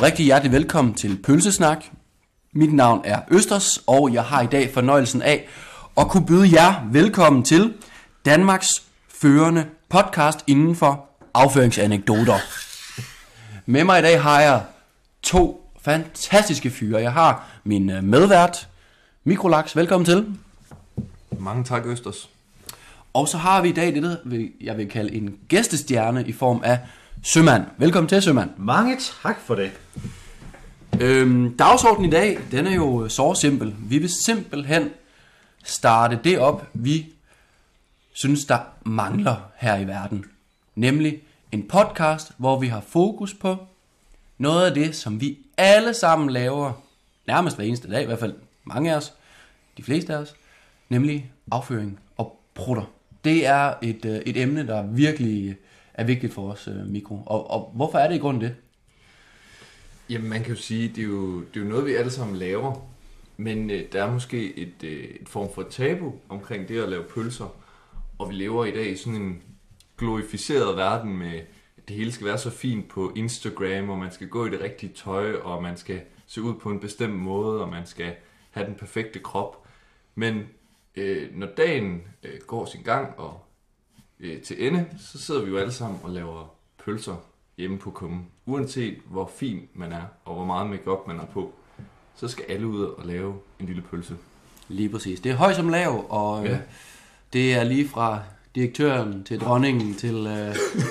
rigtig hjertelig velkommen til Pølsesnak. Mit navn er Østers, og jeg har i dag fornøjelsen af at kunne byde jer velkommen til Danmarks førende podcast inden for afføringsanekdoter. Med mig i dag har jeg to fantastiske fyre. Jeg har min medvært, Mikrolax. Velkommen til. Mange tak, Østers. Og så har vi i dag det, jeg vil kalde en gæstestjerne i form af Sømand. Velkommen til, Sømand. Mange tak for det. Dagsordenen i dag, den er jo så simpel. Vi vil simpelthen starte det op, vi synes, der mangler her i verden. Nemlig en podcast, hvor vi har fokus på noget af det, som vi alle sammen laver, nærmest hver eneste dag, i hvert fald mange af os, de fleste af os, nemlig afføring og prutter. Det er et emne, der virkelig er vigtigt for os, Mikro. Og hvorfor er det i grunden det? Jamen, man kan jo sige, det er jo noget, vi alle sammen laver. Men der er måske et form for tabu omkring det at lave pølser. Og vi lever i dag i sådan en glorificeret verden med, at det hele skal være så fint på Instagram, og man skal gå i det rigtige tøj, og man skal se ud på en bestemt måde, og man skal have den perfekte krop. Men når dagen går sin gang og til ende, så sidder vi jo alle sammen og laver pølser hjemme på kummen. Uanset hvor fin man er, og hvor meget makeup man har på, så skal alle ud og lave en lille pølse. Lige præcis. Det er høj som lav, og det er lige fra direktøren til dronningen til...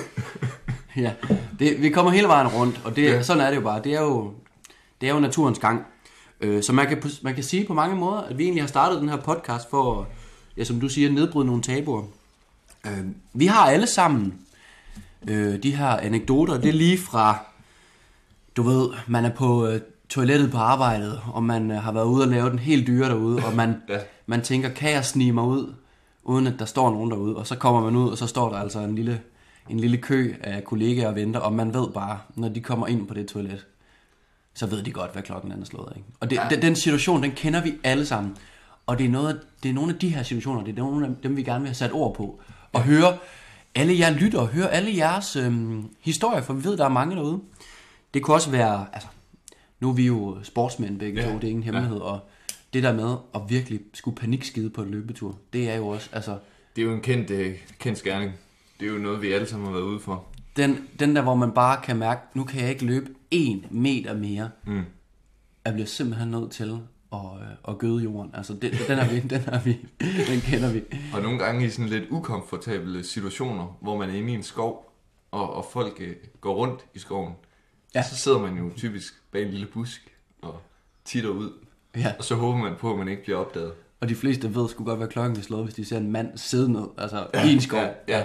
vi kommer hele vejen rundt, og sådan er det jo bare. Det er jo naturens gang. Så man kan sige på mange måder, at vi egentlig har startet den her podcast for, som du siger, nedbryde nogle tabuer. Vi har alle sammen de her anekdoter. Det er lige fra, du ved, man er på toilettet på arbejdet, og man har været ude og lave den helt dyre derude, og man tænker, kan jeg snige mig ud, uden at der står nogen derude, og så kommer man ud, og så står der altså en lille kø af kollegaer og venter, og man ved bare, når de kommer ind på det toilet, så ved de godt, hvad klokken er slået, ikke? Og den situation, den kender vi alle sammen. Og det er nogle af de her situationer, det er nogle af dem, vi gerne vil have sat ord på. Og høre alle jer lyttere, høre alle jeres historier, for vi ved, der er mange derude. Det kunne også være, altså, nu er vi jo sportsmænd begge to, det er ingen hemmelighed, og det der med at virkelig skulle panikskide på en løbetur, det er jo også, altså... Det er jo en kendt skærning. Det er jo noget, vi alle sammen har været ude for. Den der, hvor man bare kan mærke, nu kan jeg ikke løbe 1 meter mere. Jeg bliver simpelthen nødt til at gøde jorden. Altså, den kender vi. Og nogle gange i sådan lidt ukomfortable situationer, hvor man er inde i en skov, og folk går rundt i skoven, så sidder man jo typisk bag en lille busk og titter ud. Ja. Og så håber man på, at man ikke bliver opdaget. Og de fleste ved sgu godt, hvad klokken er slået, hvis de ser en mand sidde ned, altså i en skov. Ja.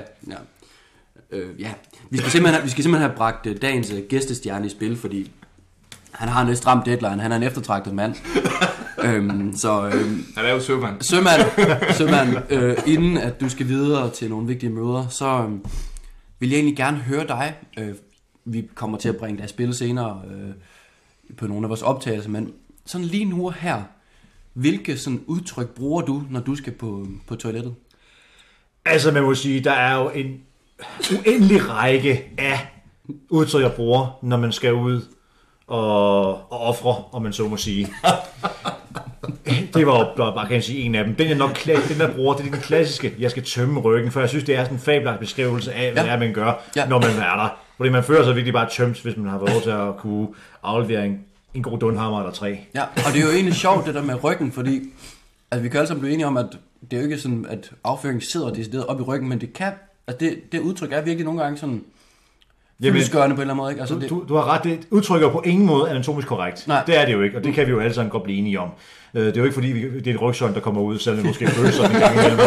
Vi skal simpelthen have bragt dagens gæstestjerne i spil, fordi han har en lidt stram deadline. Han er en eftertragtet mand. Han er jo sømand. Sømand. Inden at du skal videre til nogle vigtige møder, så vil jeg egentlig gerne høre dig. Vi kommer til at bringe dig i spil senere på nogle af vores optagelser, men sådan lige nu og her, hvilke sådan udtryk bruger du, når du skal på toilettet? Altså, man må sige, der er jo en uendelig række af udtryk, jeg bruger, når man skal ud og ofre, om man så må sige. Det var jo bare, kan jeg sige, en af dem. Den jeg bruger, det er den klassiske, jeg skal tømme ryggen, for jeg synes, det er sådan en fabelagtig beskrivelse af, hvad det er, man gør, når man er der. Fordi man føler sig virkelig bare tømt, hvis man har været over til at kunne aflevere en god dundhammer eller 3. Ja, og det er jo egentlig sjovt, det der med ryggen, fordi altså, vi kan alle sammen blive enige om, at det er jo ikke sådan, at afføring sidder decideret op i ryggen, men det kan, altså det udtryk er virkelig nogle gange sådan fyldestgørende på en eller anden måde, ikke? Altså, du har ret, det udtrykker på ingen måde anatomisk korrekt. Nej. Det er det jo ikke, og det kan vi jo alle sammen godt blive enige om. Det er jo ikke fordi, det er et rygsøjle, der kommer ud, selvom det måske føles sådan en gang imellem.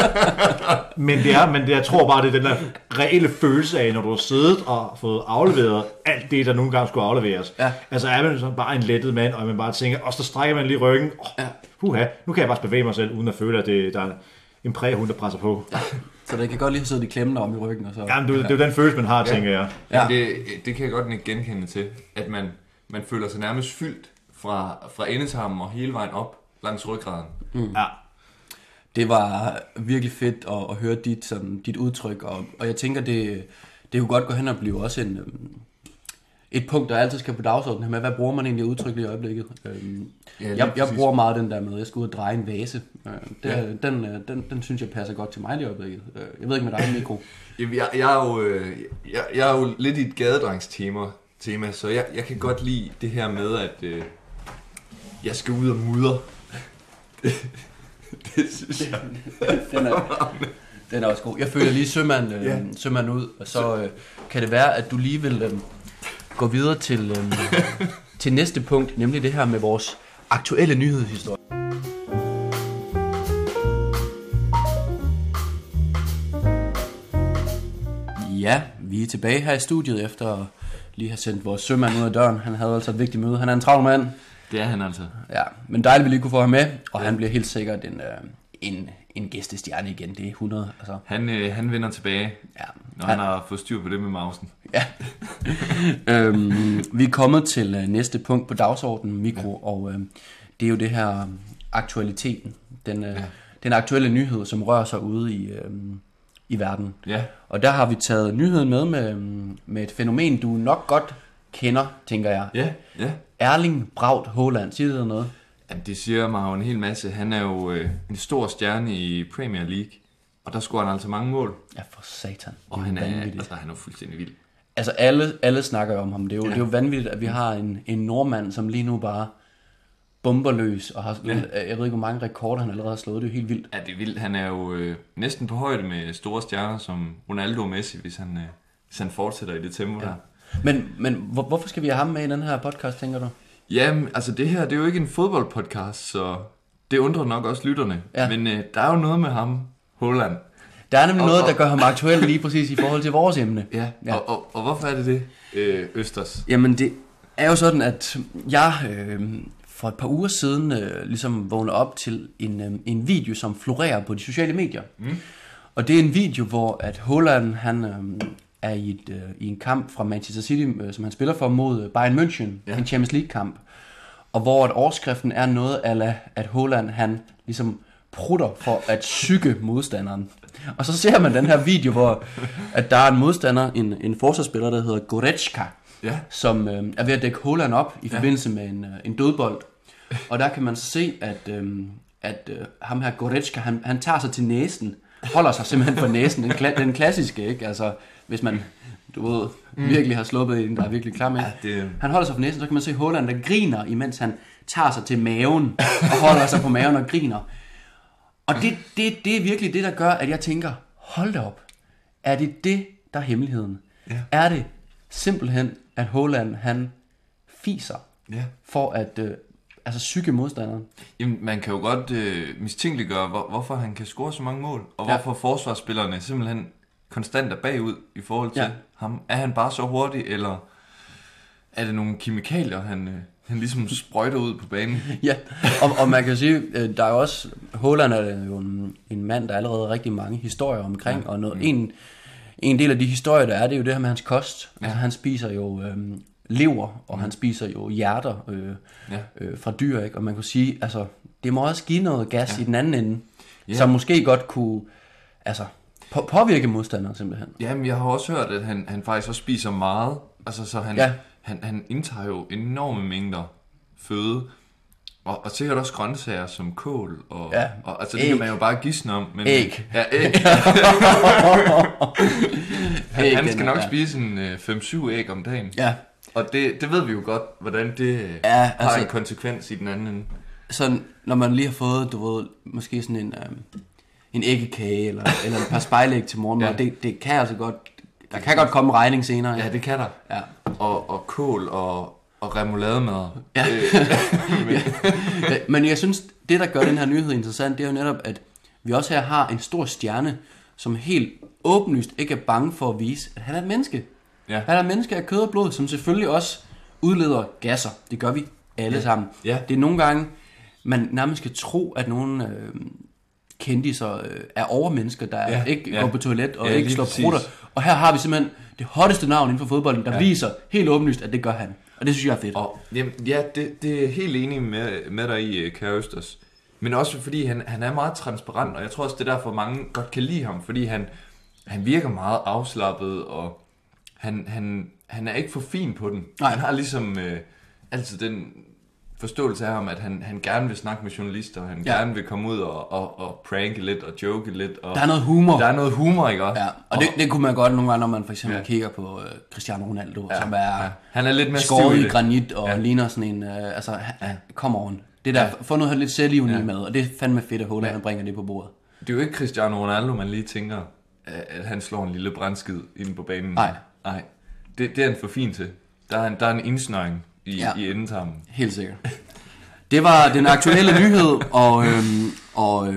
Men jeg tror bare, det er den der reelle følelse af, når du har siddet og fået afleveret alt det, der nogle gange skulle afleveres. Ja. Altså er man sådan bare en lettet mand, og man bare tænker, og så strækker man lige ryggen. Nu kan jeg bare bevæge mig selv, uden at føle, at der er en præhund, der presser på. Ja. Så det kan godt lige have siddet i klemmen om i ryggen. Og så. Jamen, det er jo den følelse, man har, tænker jeg. Ja. Det kan jeg godt ikke genkende til, at man føler sig nærmest fyldt fra endetarmen og hele vejen op langs ryggraden. Ja. Det var virkelig fedt at høre dit udtryk, og jeg tænker, det kunne godt gå hen og blive også et punkt, der altid skal på dagsordenen her med, hvad bruger man egentlig udtryk i øjeblikket? Jeg bruger meget den der med, at jeg skal ud og dreje en vase. Den synes jeg passer godt til mig i øjeblikket. Jeg ved ikke med dig, Mikro. Jeg er jo lidt i et gadedrengstema, så jeg kan godt lide det her med, at jeg skal ud og mudre. Det synes jeg. Den er også god. Jeg føler lige sømand ud, og så kan det være, at du lige vil gå videre til næste punkt, nemlig det her med vores aktuelle nyhedshistorie. Ja, vi er tilbage her i studiet efter at lige have sendt vores sømand ud af døren. Han havde altså et vigtigt møde. Han er en travl mand. Det er han altså. Ja, men dejligt, vi lige kunne få ham med, og han bliver helt sikkert en gæstestjerne igen, det er 100. Altså. Han vender tilbage, når han har fået styr på det med mausen. Ja. Vi er kommet til næste punkt på dagsordenen, Mikro, og det er jo det her aktualiteten. Den aktuelle nyhed, som rører sig ude i verden. Ja. Og der har vi taget nyheden med et fænomen, du nok godt kender, tænker jeg. Ja. Erling Braut Haaland, siger det noget? Jamen, det siger mig jo en hel masse. Han er jo en stor stjerne i Premier League, og der scorer han altså mange mål. Ja, for satan. Og han er jo fuldstændig vild. Altså, alle snakker om ham. Det er jo vanvittigt, at vi har en nordmand, som lige nu bare bomber løs, og har, jeg ved ikke, hvor mange rekorder han allerede har slået. Det er jo helt vildt. Ja, det er vildt. Han er jo næsten på højde med store stjerner som Ronaldo og Messi, hvis han fortsætter i det tempo der. Men hvorfor skal vi have ham med i den her podcast, tænker du? Jamen, altså det her, det er jo ikke en fodboldpodcast, så det undrer nok også lytterne. Ja. Men der er jo noget med ham, Haaland. Der er nemlig noget, der gør ham aktuel lige præcis i forhold til vores emne. Ja. Og hvorfor er det Østers? Jamen, det er jo sådan, at jeg for et par uger siden ligesom vågnede op til en video, som florerer på de sociale medier. Mm. Og det er en video, hvor at Haaland, han er i en kamp fra Manchester City, som han spiller for mod Bayern München, en Champions League kamp, og hvor at overskriften er noget ala, at Haaland, han ligesom prutter for at psyke modstanderen. Og så ser man den her video, hvor at der er en modstander, en forsvarsspiller, der hedder Goretzka, som er ved at dække Haaland op i forbindelse med en dødbold. Og der kan man så se, at ham her Goretzka, han tager sig til næsen, holder sig simpelthen for næsen, den klassiske, ikke? Altså, hvis man, du ved, virkelig har sluppet en, der er virkelig klar med. Ja, han holder sig for næsen, så kan man se Haaland, der griner, imens han tager sig til maven, og holder sig på maven og griner. Og det er virkelig det, der gør, at jeg tænker, hold da op, er det der er hemmeligheden? Ja. Er det simpelthen, at Haaland, han fiser for at psyke modstanderen? Jamen, man kan jo godt mistænkeliggøre, hvorfor han kan score så mange mål, og hvorfor forsvarsspillerne simpelthen konstant er bagud i forhold til ham. Er han bare så hurtig, eller er det nogle kemikalier, han ligesom sprøjter ud på banen? Ja, og man kan sige, der er jo også, Haaland er jo en mand, der er allerede rigtig mange historier omkring, og en del af de historier, der er, det er jo det her med hans kost. Ja. Altså, han spiser jo lever, og han spiser jo hjerter fra dyr, ikke? Og man kunne sige, altså, det må også give noget gas i den anden ende, som måske godt kunne, altså, påvirke modstanderen simpelthen. Jamen, jeg har også hørt, at han faktisk også spiser meget, altså, så han indtager jo enorme mængder føde, og sikkert også grøntsager som kål, og altså, det kan man jo bare gisne om. Men, æg. Ja, æg. han skal nok spise en 5-7 æg om dagen. Ja. Og det ved vi jo godt, hvordan det har en konsekvens i den anden ende. Så når man lige har fået, du ved, måske sådan en æggekage, eller et par spejlæg til morgenmad, det kan altså godt, der kan godt komme regning senere. Ja, det kan der. Ja. Og kål og remoulademad. Ja. Men jeg synes, det der gør den her nyhed interessant, det er jo netop, at vi også her har en stor stjerne, som helt åbenlyst ikke er bange for at vise, at han er et menneske. Ja. Han er et menneske af kød og blod, som selvfølgelig også udleder gasser. Det gør vi alle sammen. Ja. Det er nogle gange, man nærmest skal tro, at nogle kendiser er overmennesker, der ikke går på toilet og ikke slår prutter. Og her har vi simpelthen det hotteste navn inden for fodbolden, der viser helt åbenlyst, at det gør han. Og det synes jeg er fedt. Og, jamen, det er helt enig med dig i, Kjær Østers. Men også fordi han er meget transparent, og jeg tror også, det er derfor mange godt kan lide ham, fordi han virker meget afslappet, og han han er ikke for fin på den. Nej. Han har ligesom altid den forståelse af ham, at han gerne vil snakke med journalister, og han gerne vil komme ud og pranke lidt og joke lidt. Og der er noget humor. Der er noget humor, ikke også? Ja, og det kunne man godt nogle gange, når man for eksempel kigger på Cristiano Ronaldo, som er, han er lidt mere skåret i granit og ligner sådan en, come on. Det der, få noget lidt selvivning med, og det er fandme fedt at Haaland, han bringer det på bordet. Det er jo ikke Cristiano Ronaldo, man lige tænker, at han slår en lille brandskid inde på banen. Nej. Det er han for fin til. Der er en indsnøring i endetarmen. Helt sikkert. Det var den aktuelle nyhed, og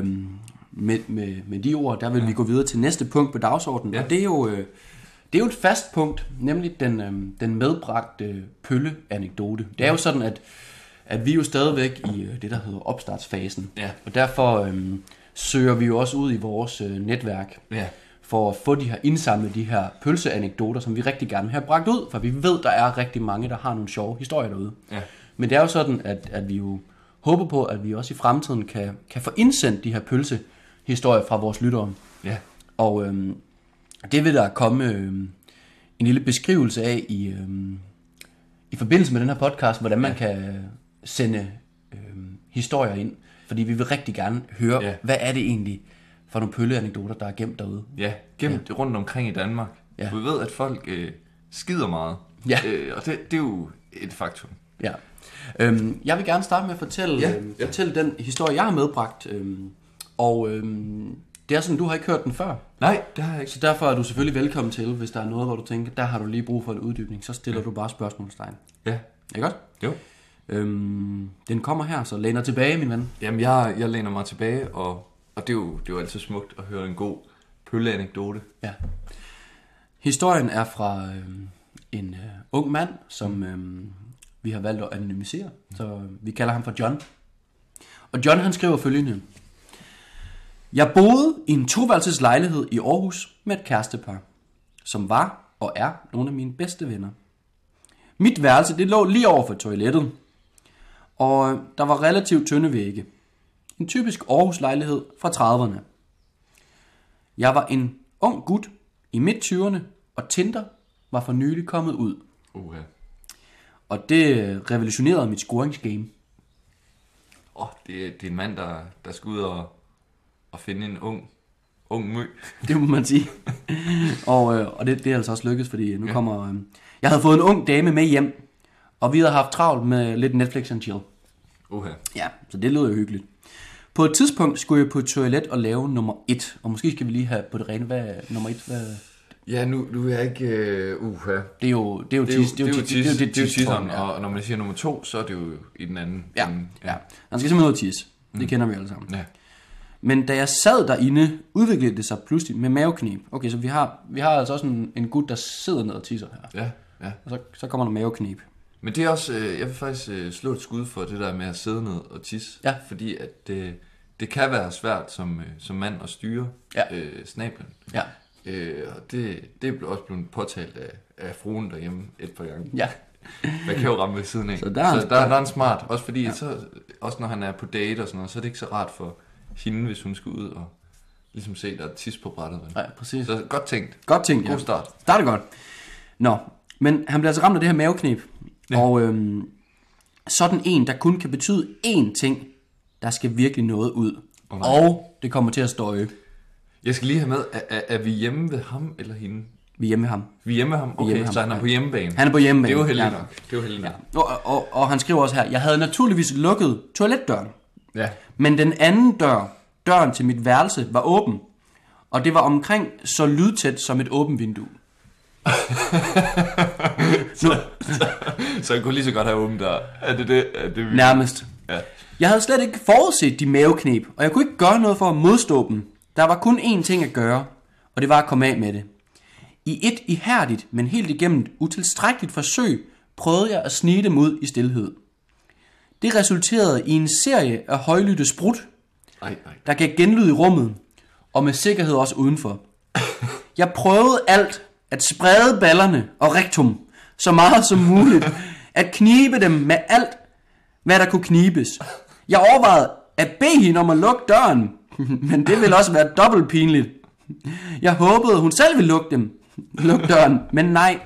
med de ord, der vil vi gå videre til næste punkt på dagsordenen. Og det er jo et fast punkt, nemlig den medbragte pølle-anekdote. Det er jo sådan, at vi er jo stadigvæk i det, der hedder opstartsfasen. Ja. Og derfor søger vi jo også ud i vores netværk for at få indsamlet de her pølseanekdoter, som vi rigtig gerne vil have bragt ud, for vi ved, der er rigtig mange, der har nogle sjove historier derude. Ja. Men det er jo sådan, at vi jo håber på, at vi også i fremtiden kan få indsendt de her pølsehistorier fra vores lyttere. Ja. Og det vil der komme en lille beskrivelse af i forbindelse med den her podcast, hvordan man kan sende historier ind. Fordi vi vil rigtig gerne høre, hvad er det egentlig for nogle pølleanekdoter, der er gemt derude. Ja, gemt rundt omkring i Danmark. Ja. Vi ved, at folk skider meget. Ja. Og det er jo et faktum. Ja. Jeg vil gerne starte med at fortælle den historie, jeg har medbragt. Det er sådan, du har ikke hørt den før. Nej, det har jeg ikke. Så derfor er du selvfølgelig velkommen til, hvis der er noget, hvor du tænker, der har du lige brug for en uddybning, så stiller du bare spørgsmålstegn. Ja. Er godt? Jo. Den kommer her, så læner tilbage, min ven. Jamen, jeg læner mig tilbage, og det er jo altid smukt at høre en god pølleanekdote. Ja. Historien er fra en ung mand, som vi har valgt at anonymisere, så vi kalder ham for John. Og John, han skriver følgende: Jeg boede i en toværelseslejlighed i Aarhus med et kærestepar, som var og er nogle af mine bedste venner. Mit værelse, det lå lige over for toilettet, og der var relativt tynde vægge. En typisk Aarhus-lejlighed fra 30'erne. Jeg var en ung gut i midt-20'erne, og Tinder var for nylig kommet ud. Og det revolutionerede mit scoringsgame. Det er en mand, der skal ud og finde en ung mø. Det må man sige. og det er altså også lykkedes, fordi nu kommer... Jeg havde fået en ung dame med hjem, og vi havde haft travlt med lidt Netflix and chill. Ja, så det lød jo hyggeligt. På et tidspunkt skulle jeg på et toilet og lave nummer 1. Og måske skal vi lige have på det rene, hvad nummer 1? Ja, nu er jeg ikke... Det er jo tisseren, og når man siger nummer 2, så er det jo i den anden. Ja. Man skal simpelthen ud og tisse. Det kender vi alle sammen. Ja. Men da jeg sad derinde, udviklede det sig pludselig med maveknib. Okay, så vi har altså også en gut, der sidder ned og tisser her. Ja. Og så kommer der maveknib. Men det er også, jeg vil faktisk slå et skud for det der med at sidde ned og tisse. Ja. Fordi at det kan være svært som mand at styre snablen. Ja. Og det er også blevet påtalt af fruen derhjemme et par gange. Ja. Man kan jo ramme ved siden af. Så der er en smart. Også fordi, også når han er på date og sådan noget, så er det ikke så rart for hende, hvis hun skal ud og ligesom se, der er tis på brættet. Ja, præcis. Så godt tænkt. God start. Start er godt. Nå, men han bliver altså ramt af det her maveknib. Ja. Og sådan en, der kun kan betyde én ting, der skal virkelig noget ud. Og det kommer til at støje. Jeg skal lige have med, er vi hjemme ved ham eller hende? Vi er hjemme ved ham. Vi er hjemme ved ham? Okay, så han er på hjemmebane. Han er på hjemmebane. Det er jo heldigt nok. Ja. Og han skriver også her, jeg havde naturligvis lukket toiletdøren. Ja. Men den anden døren til mit værelse, var åben. Og det var omkring så lydtæt som et åbent vindue. Så jeg kunne lige så godt have åbent dør. Er det nærmest. Ja. Jeg havde slet ikke forudset de mavekneb, og jeg kunne ikke gøre noget for at modstå dem. Der var kun én ting at gøre, og det var at komme af med det. I et ihærdigt, men helt igennem utilstrækkeligt forsøg, prøvede jeg at snige dem ud i stilhed. Det resulterede i en serie af højlytte sprut, der gav genlyd i rummet, og med sikkerhed også udenfor. Jeg prøvede alt at sprede ballerne og rektum så meget som muligt, at knibe dem med alt, hvad der kunne knibes. Jeg overvejede at bede hende om at lukke døren, men det ville også være dobbelt pinligt. Jeg håbede, hun selv ville lukke døren, men nej,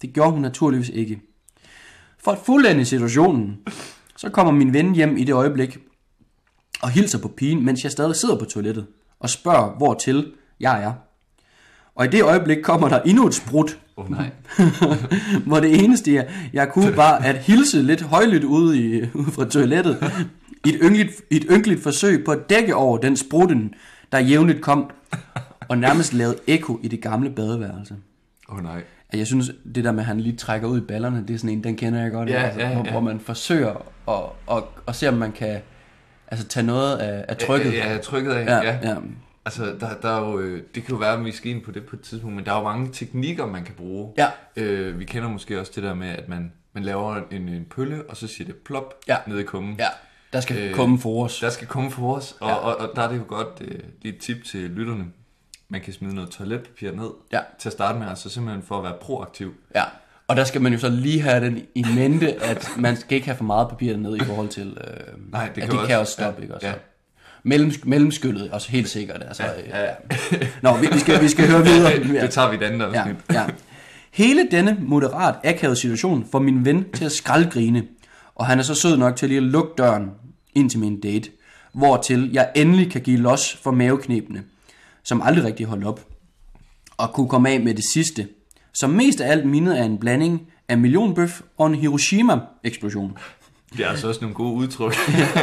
Det gjorde hun naturligvis ikke. For at fuldende situationen, så kommer min ven hjem i det øjeblik og hilser på pigen, mens jeg stadig sidder på toilettet og spørger, hvortil jeg er. Og i det øjeblik kommer der endnu et sprut, Nej. hvor det eneste, jeg kunne, var at hilse lidt højlydt ude fra toilettet i et ynkeligt forsøg på at dække over den sprutten, der jævnligt kom og nærmest lavede ekko i det gamle badeværelse. Nej. Jeg synes, det der med, at han lige trækker ud i ballerne, det er sådan en, den kender jeg godt. Hvor man forsøger at se, om man kan tage noget af trykket. Ja, trykket af, ja. Altså, der er jo, det kan jo være, at vi skal ind på det på et tidspunkt, men der er jo mange teknikker, man kan bruge. Ja. Vi kender måske også det der med, at man laver en pølle, og så siger det plop ned i kummen. Ja, der skal komme for os. Der skal komme for os, og der er det jo godt lige et tip til lytterne. Man kan smide noget toiletpapir ned til at starte med, altså simpelthen for at være proaktiv. Ja, og der skal man jo så lige have den i mente, at man skal ikke have for meget papir ned i forhold til, Nej, det kan også stoppe, ikke også? Ja. Mellemskyllet også helt sikkert. Altså, Nå, vi skal høre videre. Det tager vi et andet afsnit. Ja. Hele denne moderat akavede situation får min ven til at skraldgrine, og han er så sød nok til lige at lukke døren ind til min date, hvortil jeg endelig kan give los for maveknebene, som aldrig rigtig holdt op, og kunne komme af med det sidste, som mest af alt mindede af en blanding af millionbøf og en Hiroshima-eksplosion. Det er altså også nogle gode udtryk.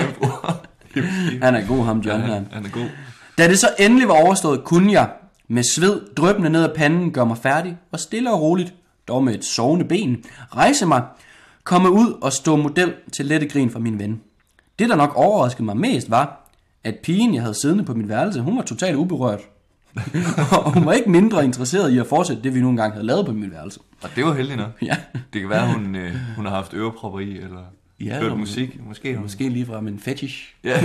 Han er god, ham John. Han er god. Da det så endelig var overstået, kunne jeg med sved dryppende ned ad panden gøre mig færdig, og stille og roligt, dog med et sovende ben, rejse mig, komme ud og stå model til lette grin for min ven. Det, der nok overraskede mig mest, var, at pigen, jeg havde siddende på mit værelse, hun var totalt uberørt. Og hun var ikke mindre interesseret i at fortsætte det, vi nogle gange havde lavet på mit værelse. Og det var heldigt nok. Ja. Det kan være, hun har haft ørepropper i, eller hørt musik. Måske lige fra min fetish. Ja.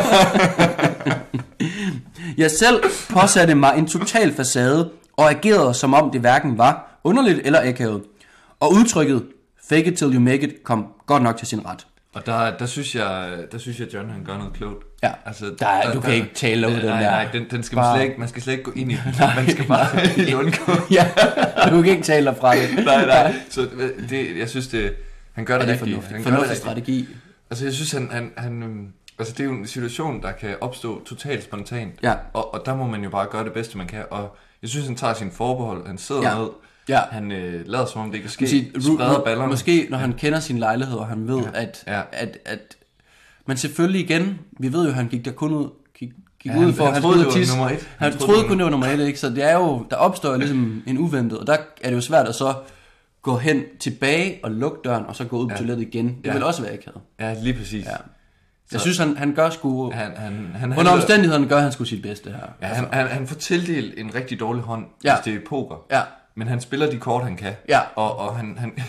Jeg selv påsatte mig en total facade, og agerede som om det hverken var underligt eller akavet. Og udtrykket, fake it till you make it, kom godt nok til sin ret. Og der synes jeg, John, han gør noget klogt. Ja, altså, du kan ikke tale ud den der. Nej, den skal man skal slet ikke gå ind i. Man skal bare helt undgå. Ja, du kan ikke tale derfra det. Nej. Så jeg synes, han gør det rigtigt. Fornuftig strategi. Altså, jeg synes, altså, det er jo en situation, der kan opstå totalt spontant. Ja. Og der må man jo bare gøre det bedste, man kan. Og jeg synes, han tager sin forbehold. Han sidder ned. Ja. Han lader som om det ikke ske. Spreder ballerne. Måske når han kender sin lejlighed, og han ved, at men selvfølgelig igen, vi ved jo, at han gik der kun ud, gik ud for, han troede, det var nummer 1. Han troede kun, det var nummer 1, ikke? Så det er jo, der opstår ligesom en uventet, og der er det jo svært at så gå hen tilbage og lukke døren, og så gå ud på toilettet igen. Det vil også være akavet. Ja, lige præcis. Ja. Jeg synes, han gør sgu... Han under omstændighederne gør han sgu sit bedste her. Ja, han får tildelt en rigtig dårlig hånd, hvis det er poker. Ja. Men han spiller de kort, han kan. Ja. Og han han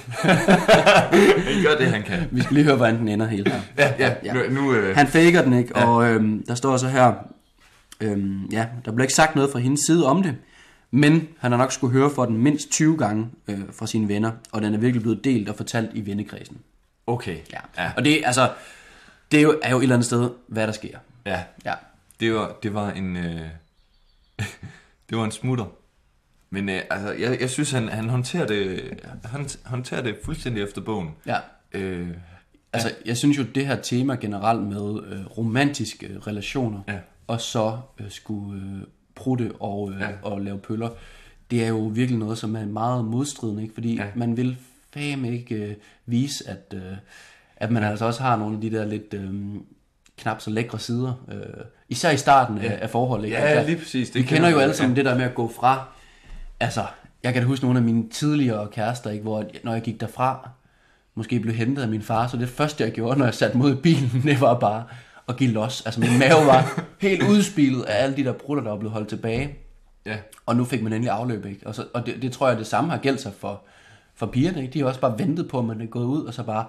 gør det, han kan. Vi skal lige høre, hvordan den ender helt her. Ja. Nu, Han faker den ikke, og der står så her... der bliver ikke sagt noget fra hendes side om det, men han har nok skulle høre for den mindst 20 gange fra sine venner, og den er virkelig blevet delt og fortalt i vennekredsen. Okay. Ja. Og det, altså, det er jo et eller andet sted, hvad der sker. Ja. Det var en... det var en smutter. Men altså, jeg synes, han håndterer det fuldstændig efter bogen. Ja. Altså, jeg synes jo, det her tema generelt med romantiske relationer, og så skulle prutte og lave pøller, det er jo virkelig noget, som er meget modstridende, ikke? Fordi man vil fandme ikke vise, at man altså også har nogle af de der lidt knap så lækre sider. Især i starten af forholdet. Ikke? Ja, lige præcis. Vi kender jo alle sammen det der med at gå fra. Altså, jeg kan da huske nogle af mine tidligere kærester, ikke, hvor når jeg gik derfra, måske blev hentet af min far, så det første jeg gjorde, når jeg satte mod i bilen, det var bare at give los. Altså min mave var helt udspilet af alle de der brutter, der var blevet holdt tilbage. Ja. Og nu fik man endelig afløb, ikke? Og det tror jeg, det samme har gældt sig for pigerne, ikke? De har også bare ventet på, at man er gået ud, og så bare...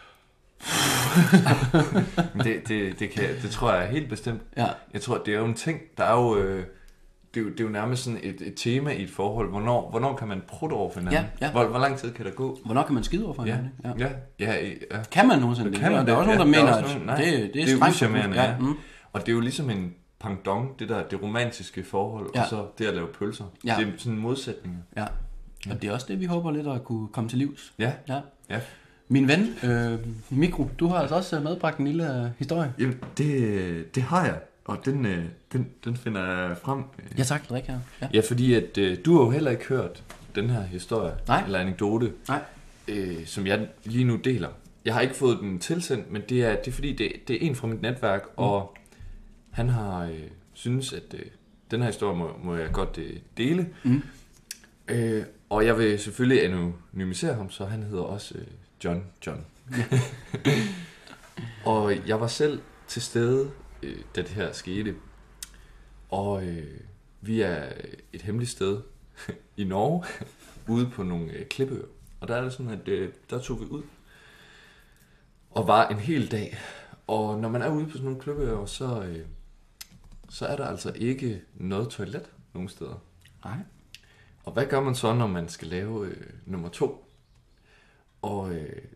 det tror jeg er helt bestemt. Ja. Jeg tror, det er jo en ting, der er jo... Det er jo nærmest sådan et tema i et forhold. Hvornår kan man prutte over for hinanden? Ja. Hvor lang tid kan der gå? Hvornår kan man skide over for hinanden? Ja. Kan man nogensinde det? Der er også nogen, der mener, at det er uschammerende. Ja. Og det er jo ligesom en pendant, det romantiske forhold, og så det at lave pølser. Det er sådan en modsætning. Ja. Og det er også det, vi håber lidt at kunne komme til livs. Ja. Ja. Ja. Min ven, Mikro, du har altså også medbragt en lille historie. Jamen, det har jeg, og den finder jeg frem. Ja tak, Rik her. Ja. Ja, fordi at du har jo heller ikke hørt den her historie, Nej. eller anekdote, Nej. Som jeg lige nu deler. Jeg har ikke fået den tilsendt, men det er fordi, det er en fra mit netværk, og han har synes, at den her historie må jeg godt dele. Og jeg vil selvfølgelig anonymisere ham, så han hedder også John. Og jeg var selv til stede, da det her skete. Og vi er et hemmeligt sted i Norge, ude på nogle klippeøer. Og der er det sådan, at der tog vi ud og var en hel dag. Og når man er ude på sådan nogle klippeøer, så er der altså ikke noget toilet nogen steder. Nej. Og hvad gør man så, når man skal lave nummer 2? Og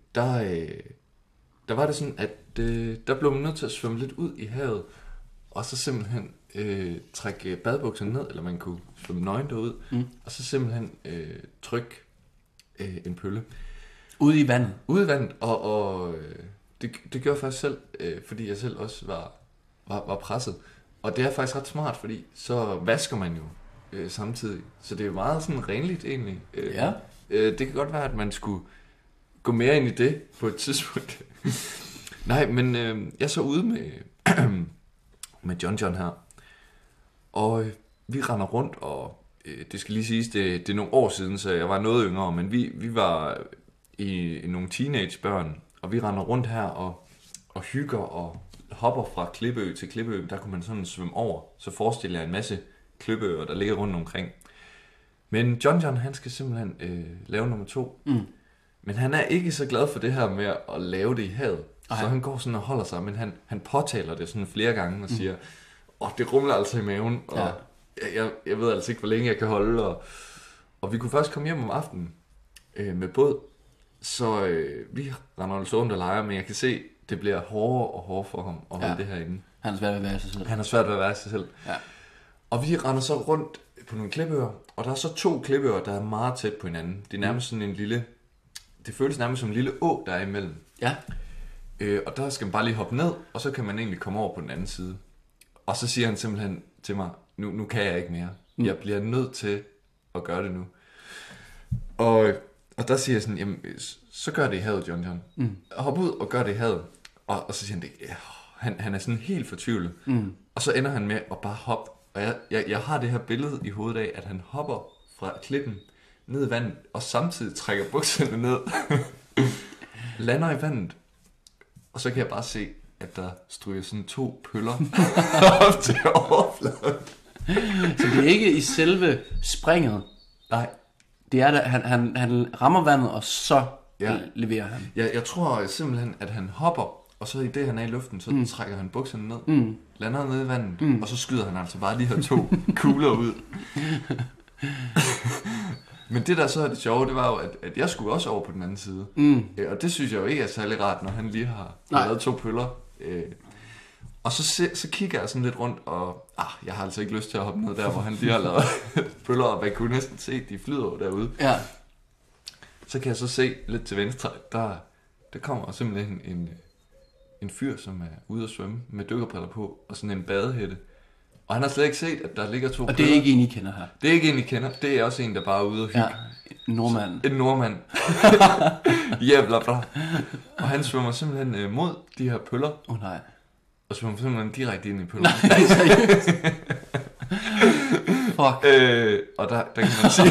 der var det sådan, at der blev man nødt til at svømme lidt ud i havet, og så simpelthen trække badebukserne ned, eller man kunne svømme nøgen derud, og så simpelthen trykke en pølle. Ude i vandet? Ude i vandet, og det gjorde jeg faktisk selv, fordi jeg selv også var presset. Og det er faktisk ret smart, fordi så vasker man jo samtidig. Så det er jo meget sådan renligt egentlig. Ja. Det kan godt være, at man skulle gå mere ind i det på et tidspunkt. Nej, men jeg så ude med John her. Og vi render rundt, og det skal lige siges, det er nogle år siden, så jeg var noget yngre, men vi var i nogle teenagebørn, og vi render rundt her og hygger og hopper fra klippeø til klippeø. Der kunne man sådan svømme over. Så forestiller jeg en masse klippeøer, der ligger rundt omkring. Men John, han skal simpelthen lave nummer 2. Men han er ikke så glad for det her med at lave det i havet. Så han går sådan og holder sig, men han påtaler det sådan flere gange og siger, det rumler altså i maven, og jeg ved altså ikke, hvor længe jeg kan holde. Og vi kunne først komme hjem om aftenen med båd, så vi render altså rundt og leger, men jeg kan se, det bliver hårdere og hårdere for ham at holde det herinde. Han er svært ved at være sig selv. Han er svært ved at være sig selv. Ja. Og vi render så rundt på nogle klippeøer, og der er så 2 klippeøer, der er meget tæt på hinanden. Det er nærmest sådan en lille, det føles nærmest som en lille å, der er imellem. Ja. Og der skal man bare lige hoppe ned, og så kan man egentlig komme over på den anden side. Og så siger han simpelthen til mig, nu kan jeg ikke mere. Jeg bliver nødt til at gøre det nu. Og der siger jeg sådan, jamen, så gør det i havet, John. Hop ud og gør det i havet. Og så siger han det, han er sådan helt fortvivlet. Og så ender han med at bare hoppe. Og jeg har det her billede i hovedet af, at han hopper fra klippen ned i vandet, og samtidig trækker bukserne ned. Lander i vandet. Og så kan jeg bare se, at der stryger sådan 2 pøller op til overfladen. Så det er ikke i selve springet. Nej. Det er, at han rammer vandet, og så leverer han. Jeg tror simpelthen, at han hopper, og så i det, han er i luften, så trækker han bukserne ned, lander ned i vandet, og så skyder han altså bare de her 2 kugler ud. Men det der så er det sjove, det var jo, at jeg skulle også over på den anden side. Og det synes jeg jo ikke er særlig rart, når han lige har lavet 2 pøller. Og så kigger jeg sådan lidt rundt, og jeg har altså ikke lyst til at hoppe ned der, hvor han lige har lavet pøller, og man kunne næsten se, de flyder derude. Ja. Så kan jeg så se lidt til venstre, der kommer simpelthen en fyr, som er ude at svømme med dykkerbriller på, og sådan en badehætte. Og han har slet ikke set, at der ligger 2 pøller. Og det er ikke en, I kender her? Det er ikke en, I kender. Det er også en, der bare er ude og hygge. Ja, en nordmand. En nordmand. Jævla bra. Og han svømmer simpelthen mod de her pøller. Nej. Og svømmer simpelthen direkte ind i pøllerne. Nej, seriøst. Fuck. Og der kan man sige...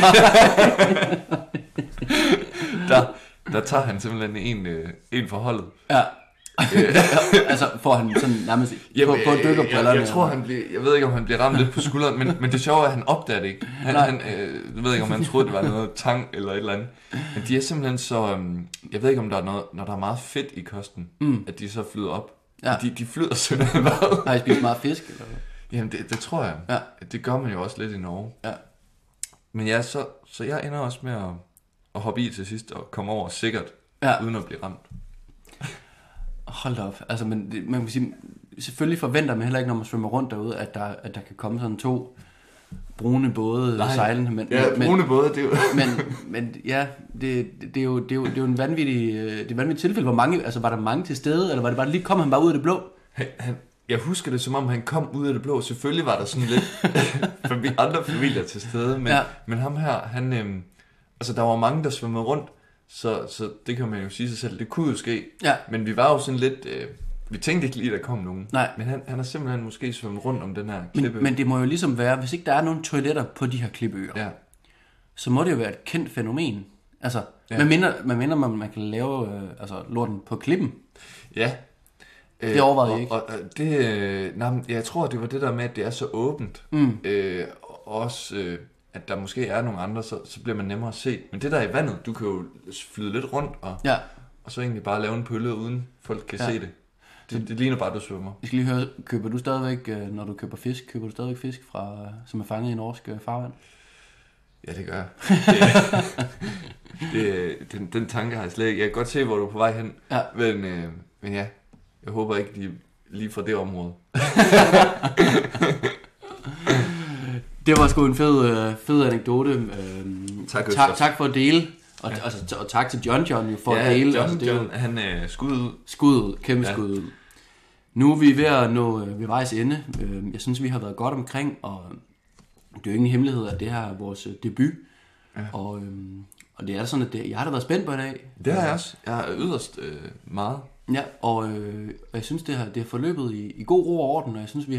der tager han simpelthen en for holdet. Ja. Altså får han sådan nærmest på dykkerbrillerne. Jeg tror jeg ved ikke om han bliver ramt lidt på skulderen, men det sjove er at han opdager det ikke. Han ved ikke om han troede det var noget tang eller et eller andet. Men de er simpelthen så jeg ved ikke om der er noget, når der er meget fedt i kosten, at de så flyder op. Ja. De flyder simpelthen meget. Har I spist meget fisk eller hvad? Jamen det tror jeg. Ja. Det gør man jo også lidt i Norge. Ja. Men ja, så jeg ender også med at hoppe i til sidst og komme over sikkert uden at blive ramt. Hold op. Altså, men man kan sige, selvfølgelig forventer man heller ikke, når man svømmer rundt derude, at der kan komme sådan 2 brune både sejlende. Men, brune både, det er jo... men ja, det er jo en vanvittig tilfælde. Hvor mange, altså var der mange til stede, eller var det bare lige kom han bare ud af det blå? Jeg husker det, som om han kom ud af det blå. Selvfølgelig var der sådan lidt andre familier til stede, men ham her, han... altså, der var mange, der svømmede rundt, så det kan man jo sige sig selv. Det kunne jo ske, men vi var jo sådan lidt... vi tænkte ikke lige, der kom nogen. Nej. Men han har simpelthen måske svømmet rundt om den her klippeø. Men det må jo ligesom være, hvis ikke der er nogen toiletter på de her klippeøer, så må det jo være et kendt fænomen. Altså, man minder man kan lave lorten på klippen. Ja. Det overvejede jeg ikke. Jeg tror, det var det der med, at det er så åbent. Også, at der måske er nogle andre, så bliver man nemmere at se. Men det der i vandet, du kan jo flyde lidt rundt, og så egentlig bare lave en pølle, uden folk kan se det. Det ligner bare, du svømmer. Jeg skal lige høre, køber du stadigvæk, når du køber fisk, fisk som er fanget i norsk farvand? Ja, det gør jeg. Den tanke har jeg slet ikke. Jeg kan godt se, hvor du er på vej hen. Ja. Men ja, jeg håber ikke, de er lige fra det område. Det var sgu en fed anekdote. Tak for at dele. Og tak til John for at dele. John, han skud ud. Kæmpe skud ud. Nu er vi ved at nå ved vejs ende. Jeg synes, vi har været godt omkring, og det er jo ingen hemmelighed, at det her er vores debut. Ja. Og det er sådan, at jeg har da været spændt på i dag. Det har jeg også. Jeg er yderst meget. Ja, og jeg synes, det har forløbet i god ro og orden, og jeg synes, vi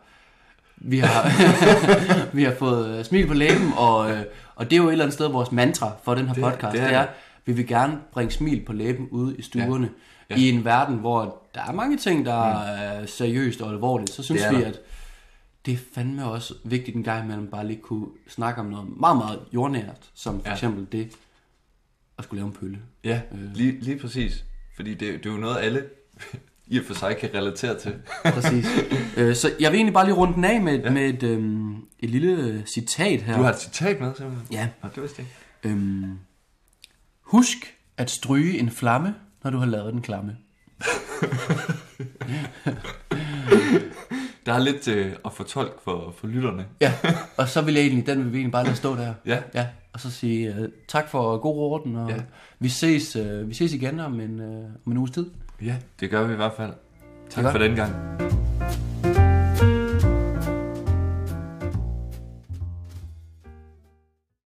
har fået smil på læben, og det er jo et eller andet sted vores mantra for den her podcast. Det er, vi vil gerne bringe smil på læben ude i stuerne. Ja. I en verden, hvor der er mange ting, der er seriøst og alvorligt, så synes vi, at det er fandme også vigtigt en gang imellem bare lige kunne snakke om noget meget, meget jordnært, som for eksempel det at skulle lave en pølle. Ja, lige præcis. Fordi det er jo noget, alle i og for sig kan relatere til. Præcis. Så jeg vil egentlig bare lige runde den af med et lille citat her. Du har et citat med, simpelthen? Ja. Det vidste jeg ikke. Husk at stryge en flamme, når du har lavet den klamme. Der er lidt at fortolke for lytterne. Ja, og så vil jeg egentlig bare lade stå der. Ja. Og så sige tak for god orden, og vi ses igen om en uges tid. Ja, det gør vi i hvert fald. Tak for den gang.